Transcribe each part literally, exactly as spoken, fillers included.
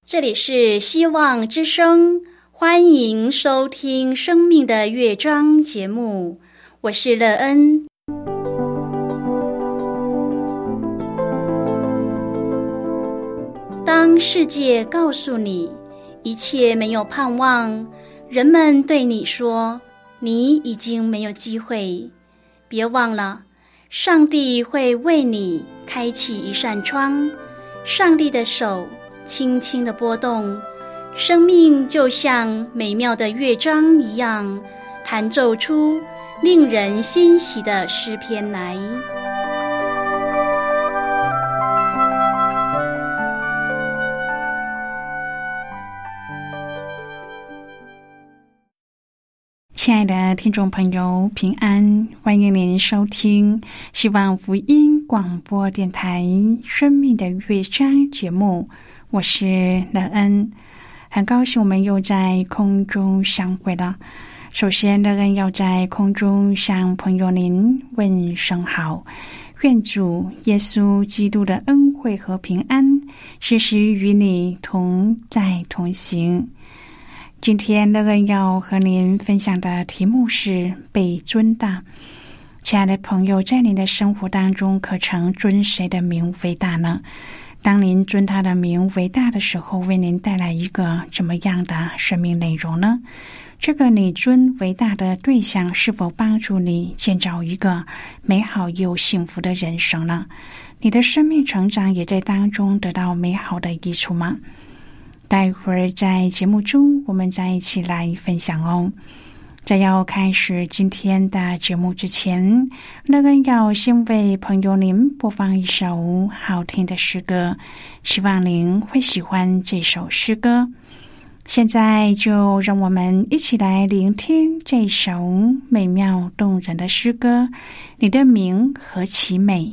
这里是希望之声，欢迎收听生命的乐章节目，我是乐恩。当世界告诉你一切没有盼望，人们对你说你已经没有机会，别忘了上帝会为你开启一扇窗，上帝的手轻轻地拨动，生命就像美妙的乐章一样，弹奏出令人欣喜的诗篇来。 亲爱的听众朋友，平安，欢迎您收听希望福音广播电台生命的乐章节目，我是乐恩，很高兴我们又在空中相会了。首先，乐恩要在空中向朋友您问声好，愿主耶稣基督的恩惠和平安时时与你同在同行。今天乐恩要和您分享的题目是被尊大。亲爱的朋友，在您的生活当中可曾尊谁的名为大呢？当您尊他的名为大的时候，为您带来一个怎么样的生命内容呢？这个你尊为大的对象是否帮助你建造一个美好又幸福的人生呢？你的生命成长也在当中得到美好的益处吗？待会儿在节目中我们再一起来分享哦。在要开始今天的节目之前，乐恩要先为朋友您播放一首好听的诗歌，希望您会喜欢这首诗歌。现在就让我们一起来聆听这首美妙动人的诗歌，你的名何其美。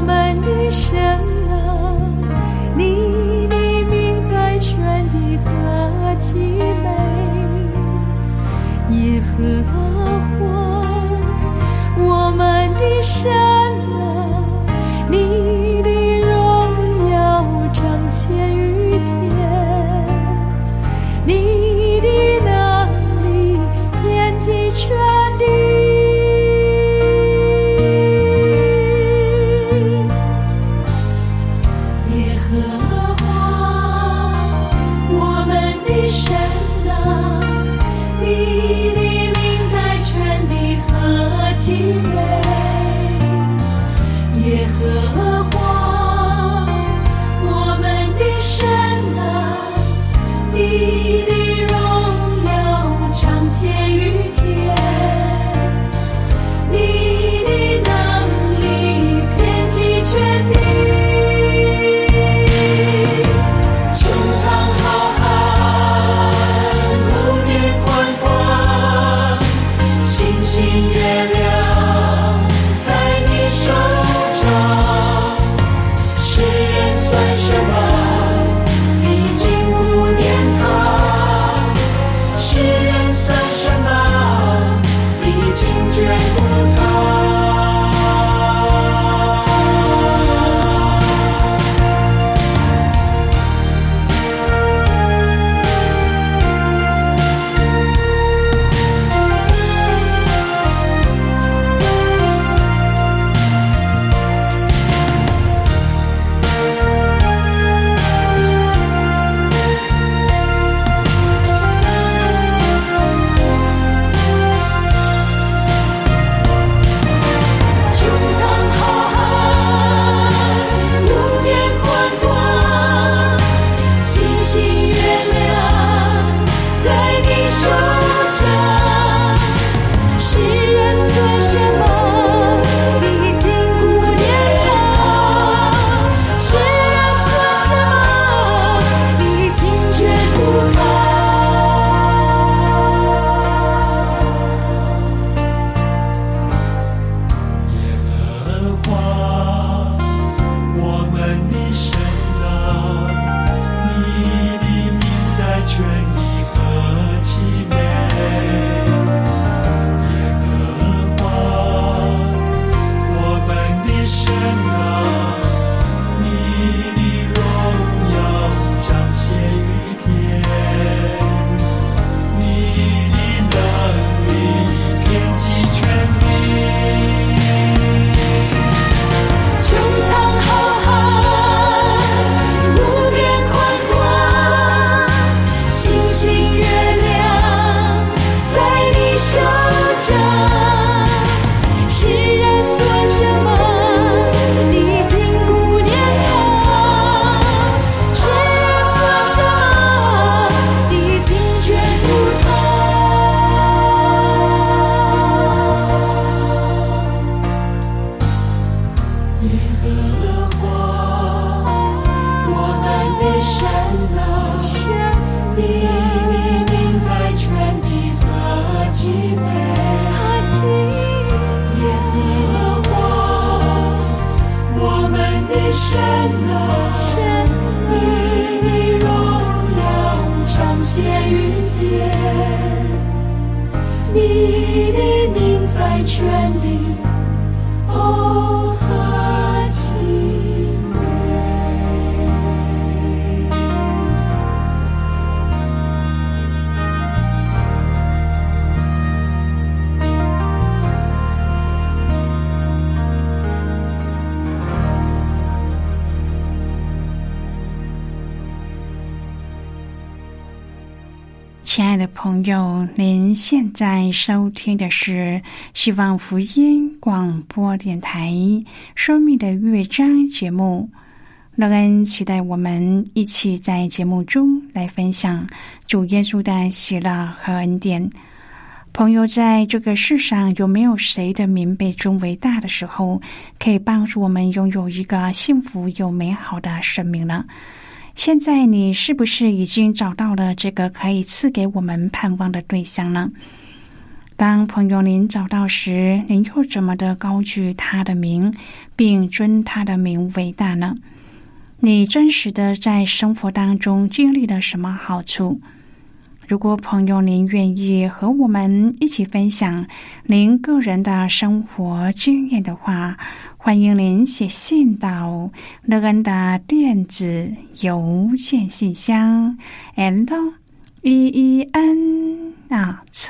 神啊，你的名在全地和在全地，哦，何其亲爱的朋友，您现在收听的是希望福音广播电台生命的乐章节目。乐恩期待我们一起在节目中来分享主耶稣的喜乐和恩典。朋友，在这个世上有没有谁的名被尊为大的时候，可以帮助我们拥有一个幸福又美好的生命呢？现在你是不是已经找到了这个可以赐给我们盼望的对象呢？当朋友您找到时，您又怎么的高举他的名，并尊他的名为大呢？你真实的在生活当中经历了什么好处？如果朋友您愿意和我们一起分享您个人的生活经验的话，欢迎您写信到乐恩的电子邮件信箱 l e e n at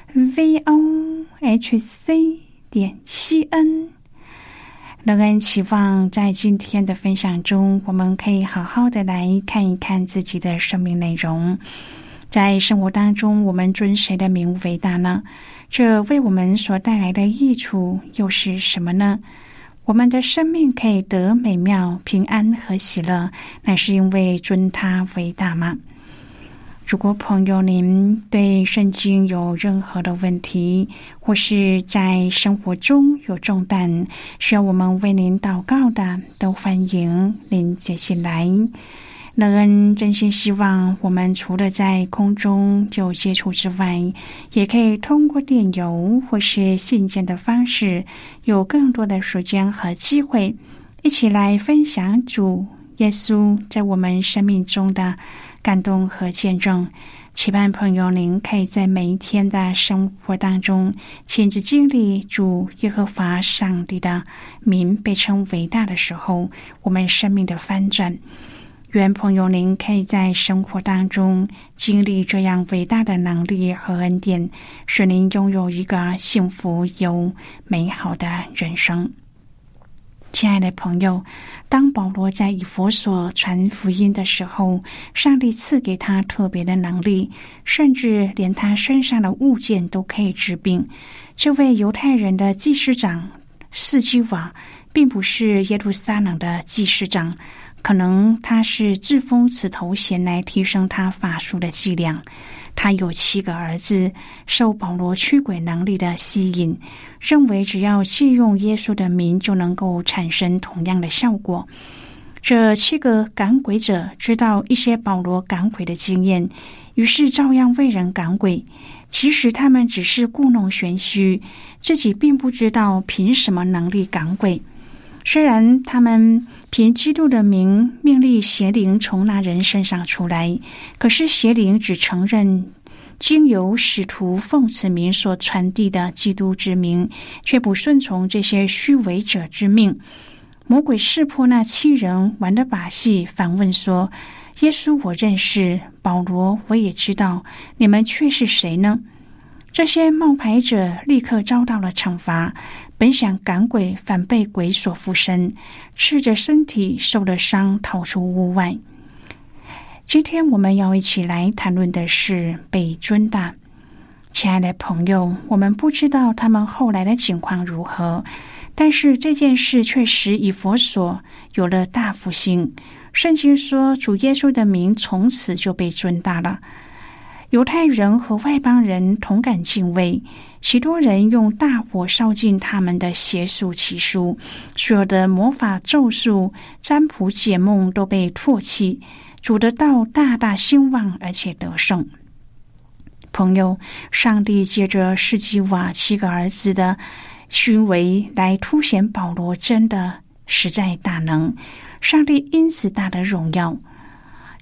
v o h c 点 c n。乐恩期望在今天的分享中，我们可以好好的来看一看自己的生命内容。在生活当中，我们尊谁的名为大呢？这为我们所带来的益处又是什么呢？我们的生命可以得美妙、平安和喜乐，乃是因为尊他为大吗？如果朋友您对圣经有任何的问题，或是在生活中有重担需要我们为您祷告的，都欢迎您写信来。乐恩真心希望我们除了在空中有接触之外，也可以通过电邮或是信件的方式，有更多的时间和机会一起来分享主耶稣在我们生命中的感动和见证。期盼朋友您可以在每一天的生活当中亲自经历主耶和华上帝的名被称伟大的时候，我们生命的翻转。愿朋友您可以在生活当中经历这样伟大的能力和恩典，使您拥有一个幸福又美好的人生。亲爱的朋友，当保罗在以弗所传福音的时候，上帝赐给他特别的能力，甚至连他身上的物件都可以治病。这位犹太人的祭司长士基瓦并不是耶路撒冷的祭司长，可能他是自封此头衔来提升他法术的伎俩。他有七个儿子，受保罗驱鬼能力的吸引，认为只要借用耶稣的名就能够产生同样的效果。这七个赶鬼者知道一些保罗赶鬼的经验，于是照样为人赶鬼。其实他们只是故弄玄虚，自己并不知道凭什么能力赶鬼。虽然他们凭基督的名命令邪灵从那人身上出来，可是邪灵只承认经由使徒奉此名所传递的基督之名，却不顺从这些虚伪者之命。魔鬼识破那七人玩的把戏，反问说：耶稣我认识，保罗我也知道，你们却是谁呢？这些冒牌者立刻遭到了惩罚，本想赶鬼，反被鬼所附身，赤着身体受了伤，逃出屋外。今天我们要一起来谈论的是被尊大。亲爱的朋友，我们不知道他们后来的情况如何，但是这件事却使以弗所有了大复兴。圣经说，主耶稣的名从此就被尊大了。犹太人和外邦人同感敬畏，许多人用大火烧尽他们的邪术奇书，所有的魔法咒术、占卜解梦都被唾弃，主的道大大兴旺，而且得胜。朋友，上帝借着士基瓦七个儿子的行为来凸显保罗真的实在大能，上帝因此大得荣耀。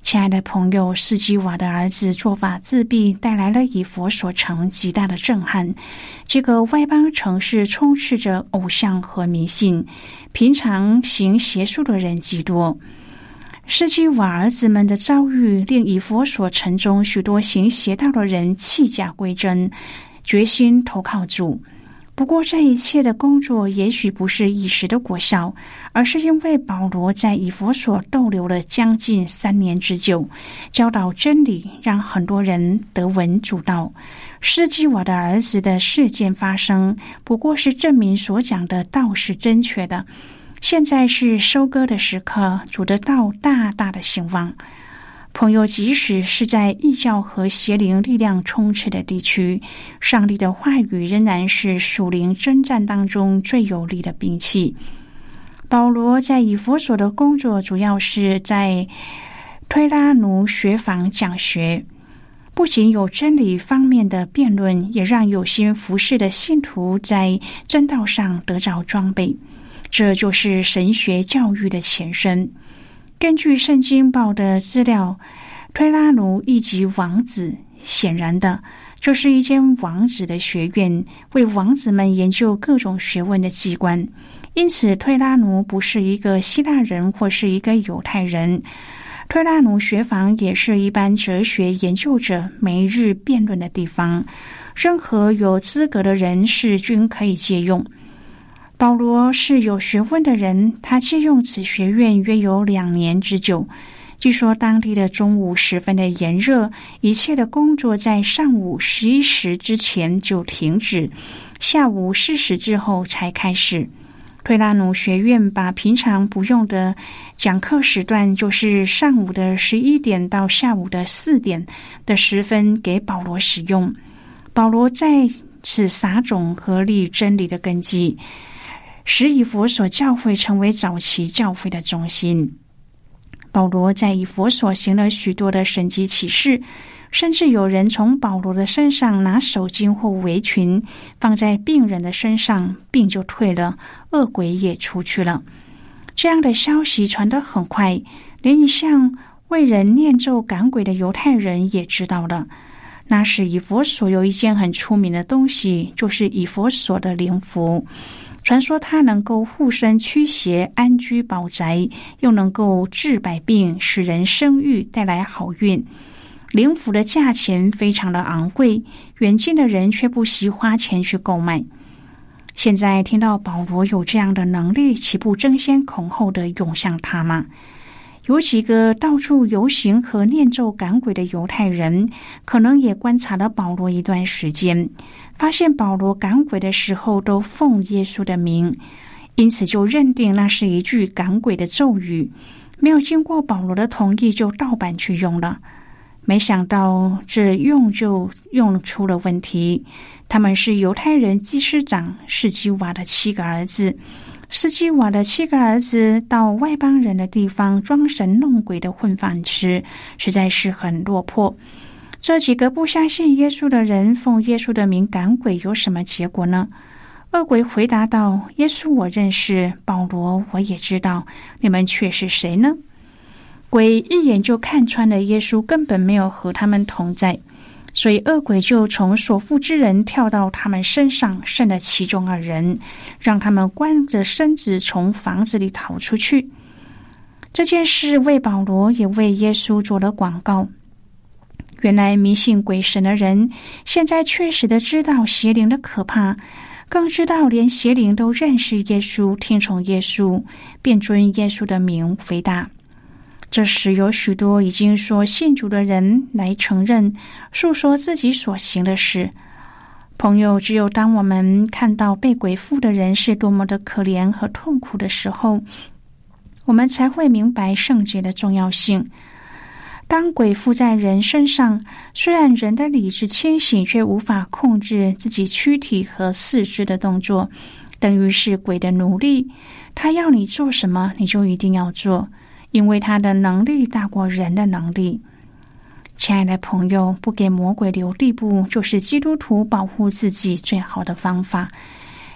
亲爱的朋友，斯基瓦的儿子做法自闭，带来了以弗所城极大的震撼。这个外邦城市充斥着偶像和迷信，平常行邪术的人极多。斯基瓦儿子们的遭遇令以弗所城中许多行邪道的人弃假归真，决心投靠主。不过这一切的工作也许不是一时的果效，而是因为保罗在以弗所逗留了将近三年之久，教导真理，让很多人得闻主道。斯基瓦的儿子的事件发生，不过是证明所讲的道是正确的。现在是收割的时刻，主的道大大的兴旺。朋友，即使是在异教和邪灵力量充斥的地区，上帝的话语仍然是属灵征战当中最有力的兵器。保罗在以弗所的工作主要是在推拉奴学坊讲学，不仅有真理方面的辩论，也让有心服侍的信徒在真道上得着装备。这就是神学教育的前身。根据圣经报的资料，推拉奴一级王子，显然的，这是一间王子的学院，为王子们研究各种学问的机关。因此，推拉奴不是一个希腊人或是一个犹太人。推拉奴学坊也是一般哲学研究者每日辩论的地方，任何有资格的人士均可以借用。保罗是有学问的人，他借用此学院约有两年之久。据说当地的中午十分的炎热，一切的工作在上午十一时之前就停止，下午四时之后才开始。推拉奴学院把平常不用的讲课时段，就是上午的十一点到下午的四点的时分给保罗使用。保罗在此撒种和立真理的根基，使以弗所教会成为早期教会的中心。保罗在以弗所行了许多的神迹奇事，甚至有人从保罗的身上拿手巾或围裙放在病人的身上，病就退了，恶鬼也出去了。这样的消息传得很快，连一向为人念咒赶鬼的犹太人也知道了。那时以弗所有一件很出名的东西，就是以弗所的灵符。传说它能够护身驱邪，安居保宅，又能够治百病，使人生育，带来好运。灵符的价钱非常的昂贵，远近的人却不惜花钱去购买。现在听到保罗有这样的能力，岂不争先恐后的涌向他吗？有几个到处游行和念咒赶鬼的犹太人，可能也观察了保罗一段时间，发现保罗赶鬼的时候都奉耶稣的名，因此就认定那是一句赶鬼的咒语，没有经过保罗的同意就盗版去用了。没想到这用就用出了问题。他们是犹太人祭司长士基瓦的七个儿子。士基瓦的七个儿子到外邦人的地方装神弄鬼的混饭吃，实在是很落魄。这几个不相信耶稣的人奉耶稣的名赶鬼，有什么结果呢？恶鬼回答道：耶稣我认识，保罗我也知道，你们却是谁呢？鬼一眼就看穿了耶稣根本没有和他们同在，所以恶鬼就从所附之人跳到他们身上，剩了其中二人，让他们光着身子从房子里逃出去。这件事为保罗也为耶稣做了广告。原来迷信鬼神的人现在确实的知道邪灵的可怕，更知道连邪灵都认识耶稣，听从耶稣，便尊耶稣的名为大。这时有许多已经说信主的人来承认，述说自己所行的事。朋友，只有当我们看到被鬼附的人是多么的可怜和痛苦的时候，我们才会明白圣洁的重要性。当鬼附在人身上，虽然人的理智清醒，却无法控制自己躯体和四肢的动作，等于是鬼的奴隶。他要你做什么，你就一定要做，因为他的能力大过人的能力。亲爱的朋友，不给魔鬼留地步，就是基督徒保护自己最好的方法。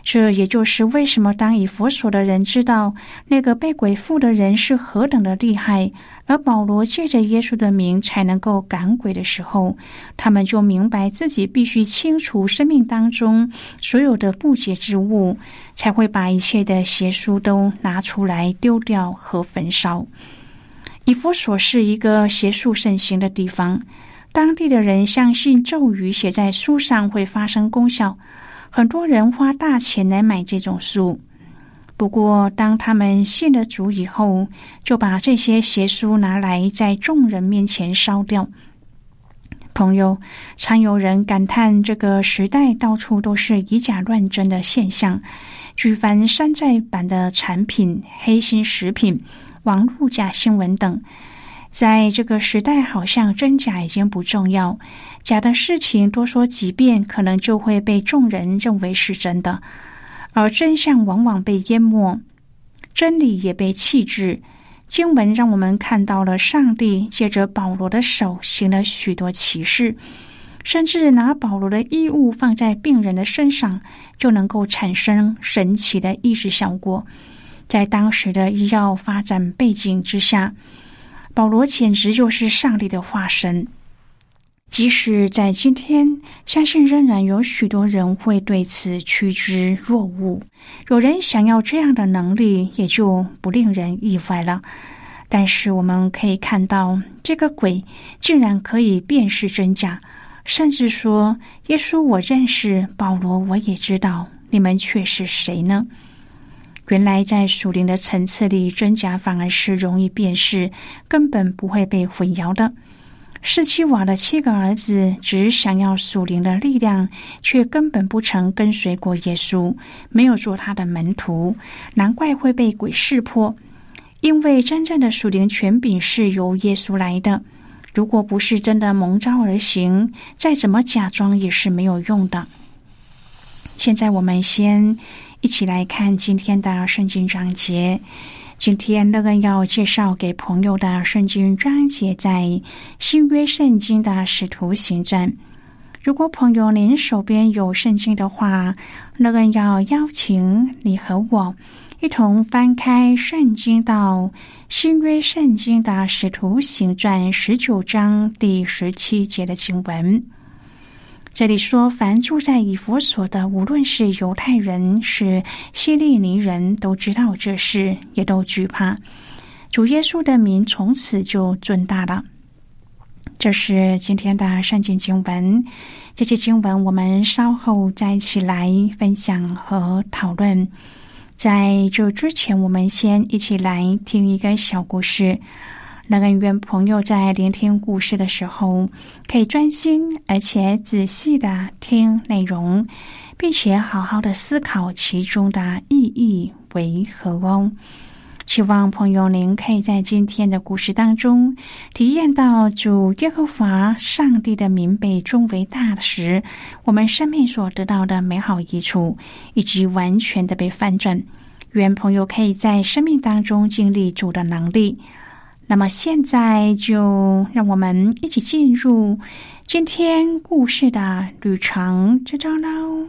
这也就是为什么当以弗所的人知道那个被鬼附的人是何等的厉害，而保罗借着耶稣的名才能够赶鬼的时候，他们就明白自己必须清除生命当中所有的不洁之物，才会把一切的邪书都拿出来丢掉和焚烧。以弗所是一个邪术盛行的地方，当地的人相信咒语写在书上会发生功效，很多人花大钱来买这种书。不过当他们信了主以后，就把这些邪书拿来在众人面前烧掉。朋友，常有人感叹这个时代到处都是以假乱真的现象，举凡山寨版的产品、黑心食品、网络假新闻等。在这个时代，好像真假已经不重要，假的事情多说几遍，可能就会被众人认为是真的，而真相往往被淹没，真理也被弃置。经文让我们看到了上帝借着保罗的手行了许多奇事，甚至拿保罗的衣物放在病人的身上，就能够产生神奇的医治效果。在当时的医药发展背景之下，保罗简直就是上帝的化身。即使在今天，相信仍然有许多人会对此趋之若鹜。有人想要这样的能力，也就不令人意外了。但是我们可以看到，这个鬼竟然可以辨识真假，甚至说：“耶稣我认识，保罗我也知道，你们却是谁呢？”原来在属灵的层次里，真假反而是容易辨识，根本不会被混淆的。士基瓦的七个儿子只想要属灵的力量，却根本不曾跟随过耶稣，没有做他的门徒，难怪会被鬼识破。因为真正的属灵权柄是由耶稣来的，如果不是真的蒙召而行，再怎么假装也是没有用的。现在我们先一起来看今天的圣经章节。今天乐恩要介绍给朋友的圣经章节在新约圣经的使徒行传。如果朋友您手边有圣经的话，乐恩要邀请你和我一同翻开圣经到新约圣经的使徒行传十九章第十七节的经文。这里说，凡住在以弗所的，无论是犹太人是希利尼人，都知道这事，也都惧怕。主耶稣的名从此就尊大了。这是今天的圣经经文，这些经文我们稍后再一起来分享和讨论。在这之前，我们先一起来听一个小故事。乐恩愿朋友在聆听故事的时候，可以专心而且仔细的听内容，并且好好的思考其中的意义为何哦。希望朋友您可以在今天的故事当中体验到主耶和华上帝的名被尊为大时，我们生命所得到的美好益处，以及完全的被翻转。愿朋友可以在生命当中经历主的能力。那么现在就让我们一起进入今天故事的旅程之中喽。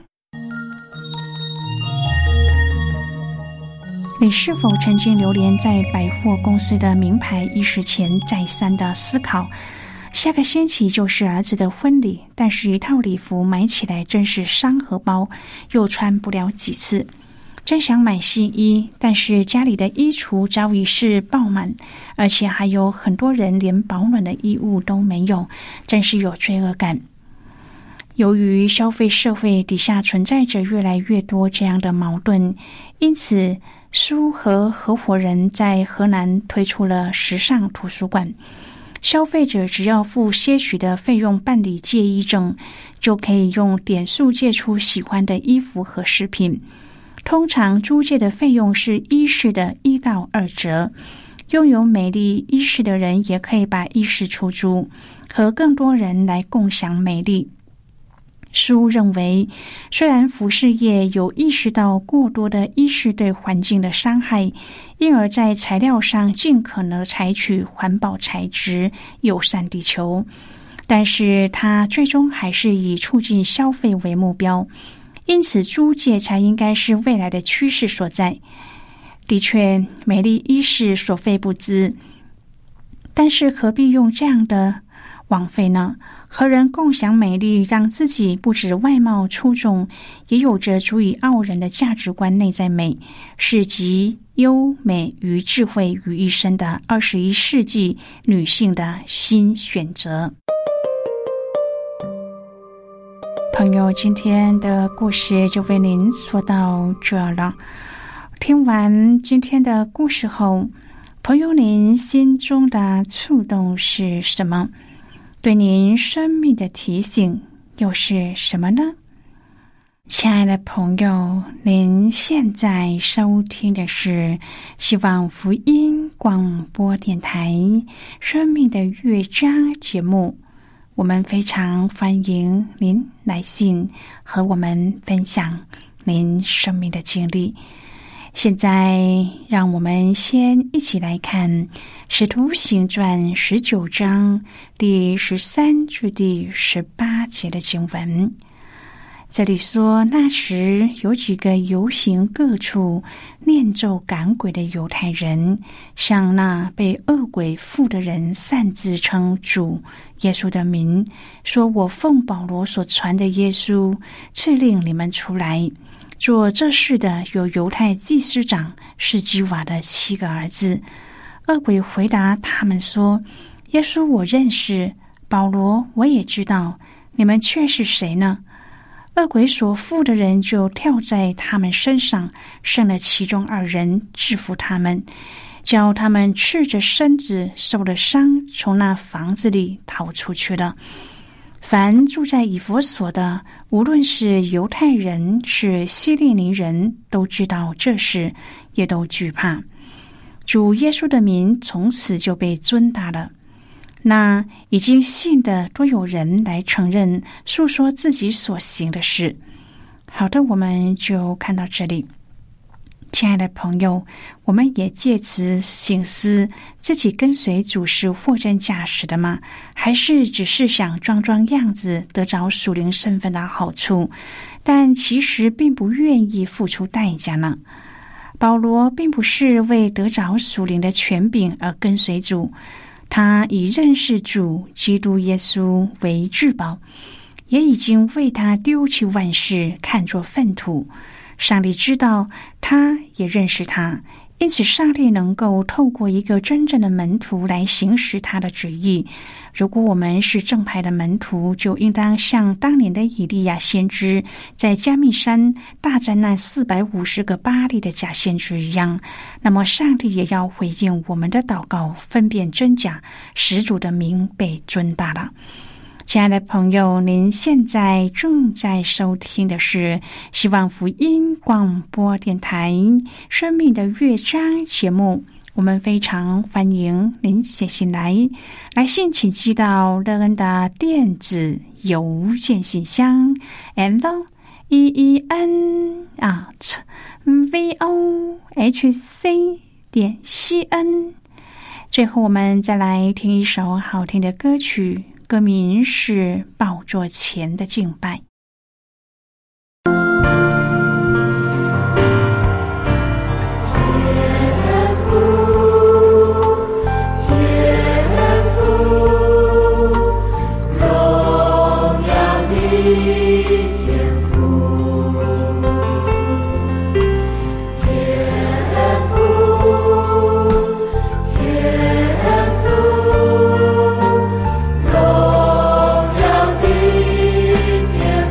你是否曾经流连在百货公司的名牌衣饰前，再三的思考，下个星期就是儿子的婚礼，但是一套礼服买起来真是伤荷包，又穿不了几次。真想买新衣，但是家里的衣橱早已是爆满，而且还有很多人连保暖的衣物都没有，真是有罪恶感。由于消费社会底下存在着越来越多这样的矛盾，因此苏和合伙人在河南推出了时尚图书馆。消费者只要付些许的费用办理借衣证，就可以用点数借出喜欢的衣服和饰品。通常租借的费用是衣饰的一到二折，拥有美丽衣饰的人也可以把衣饰出租，和更多人来共享美丽。书认为，虽然服饰业有意识到过多的衣饰对环境的伤害，因而在材料上尽可能采取环保材质，友善地球，但是它最终还是以促进消费为目标。 因此租界才应该是未来的趋势所在。的确，美丽一时所费不赀，但是何必用这样的枉费呢？和人共享美丽，让自己不止外貌出众，也有着足以傲人的价值观内在美，是集优美与智慧于一身的二十一世纪女性的新选择。朋友，今天的故事就为您说到这了。听完今天的故事后，朋友您心中的触动是什么？对您生命的提醒又是什么呢？亲爱的朋友，您现在收听的是希望福音广播电台生命的乐章节目，我们非常欢迎您来信和我们分享您生命的经历。现在让我们先一起来看《使徒行传》十九章第十三至第十八节的经文。这里说，那时有几个游行各处念咒赶鬼的犹太人，向那被恶鬼附的人擅自称主耶稣的名，说，我奉保罗所传的耶稣赐令你们出来。做这事的有犹太祭司长士基瓦的七个儿子。恶鬼回答他们说，耶稣我认识，保罗我也知道，你们却是谁呢？恶鬼所附的人就跳在他们身上，生了其中二人，制服他们，叫他们赤着身子受了伤，从那房子里逃出去了。凡住在以弗所的，无论是犹太人是希利尼人，都知道这事，也都惧怕。主耶稣的名从此就被尊大了。那已经信的都有人来承认，述说自己所行的事。好的，我们就看到这里。亲爱的朋友，我们也借此省思，自己跟随主是货真价实的吗？还是只是想装装样子，得着属灵身份的好处，但其实并不愿意付出代价呢？保罗并不是为得着属灵的权柄而跟随主，他以认识主基督耶稣为至宝，也已经为他丢弃万事，看作粪土。上帝知道，他也认识他，因此上帝能够透过一个真正的门徒来行使他的旨意。如果我们是正派的门徒，就应当像当年的以利亚先知在加密山大战那四百五十个巴力的假先知一样，那么上帝也要回应我们的祷告，分辨真假，使主的名被尊大了。亲爱的朋友，您现在正在收听的是希望福音广播电台生命的乐章节目，我们非常欢迎您写信来，来信请寄到乐恩的电子邮件信箱 l e e n at v o h c 点 c n。 最后我们再来听一首好听的歌曲，歌名是宝座前的敬拜。 天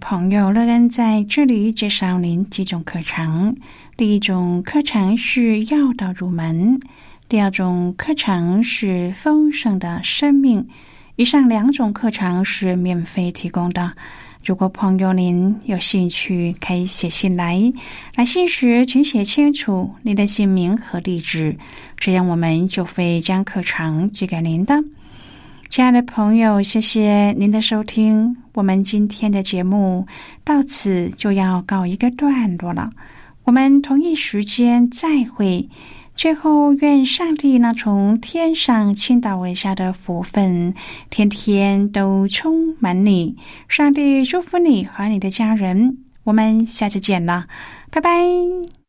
朋友乐恩在这里介绍您几种课程。第一种课程是要道入门，第二种课程是丰盛的生命。以上两种课程是免费提供的。如果朋友您有兴趣，可以写信来。来信时请写清楚您的姓名和地址，这样我们就会将课程寄给您的。亲爱的朋友，谢谢您的收听，我们今天的节目到此就要告一个段落了。我们同一时间再会。最后，愿上帝那从天上倾倒而下的福分，天天都充满你。上帝祝福你和你的家人。我们下次见了，拜拜。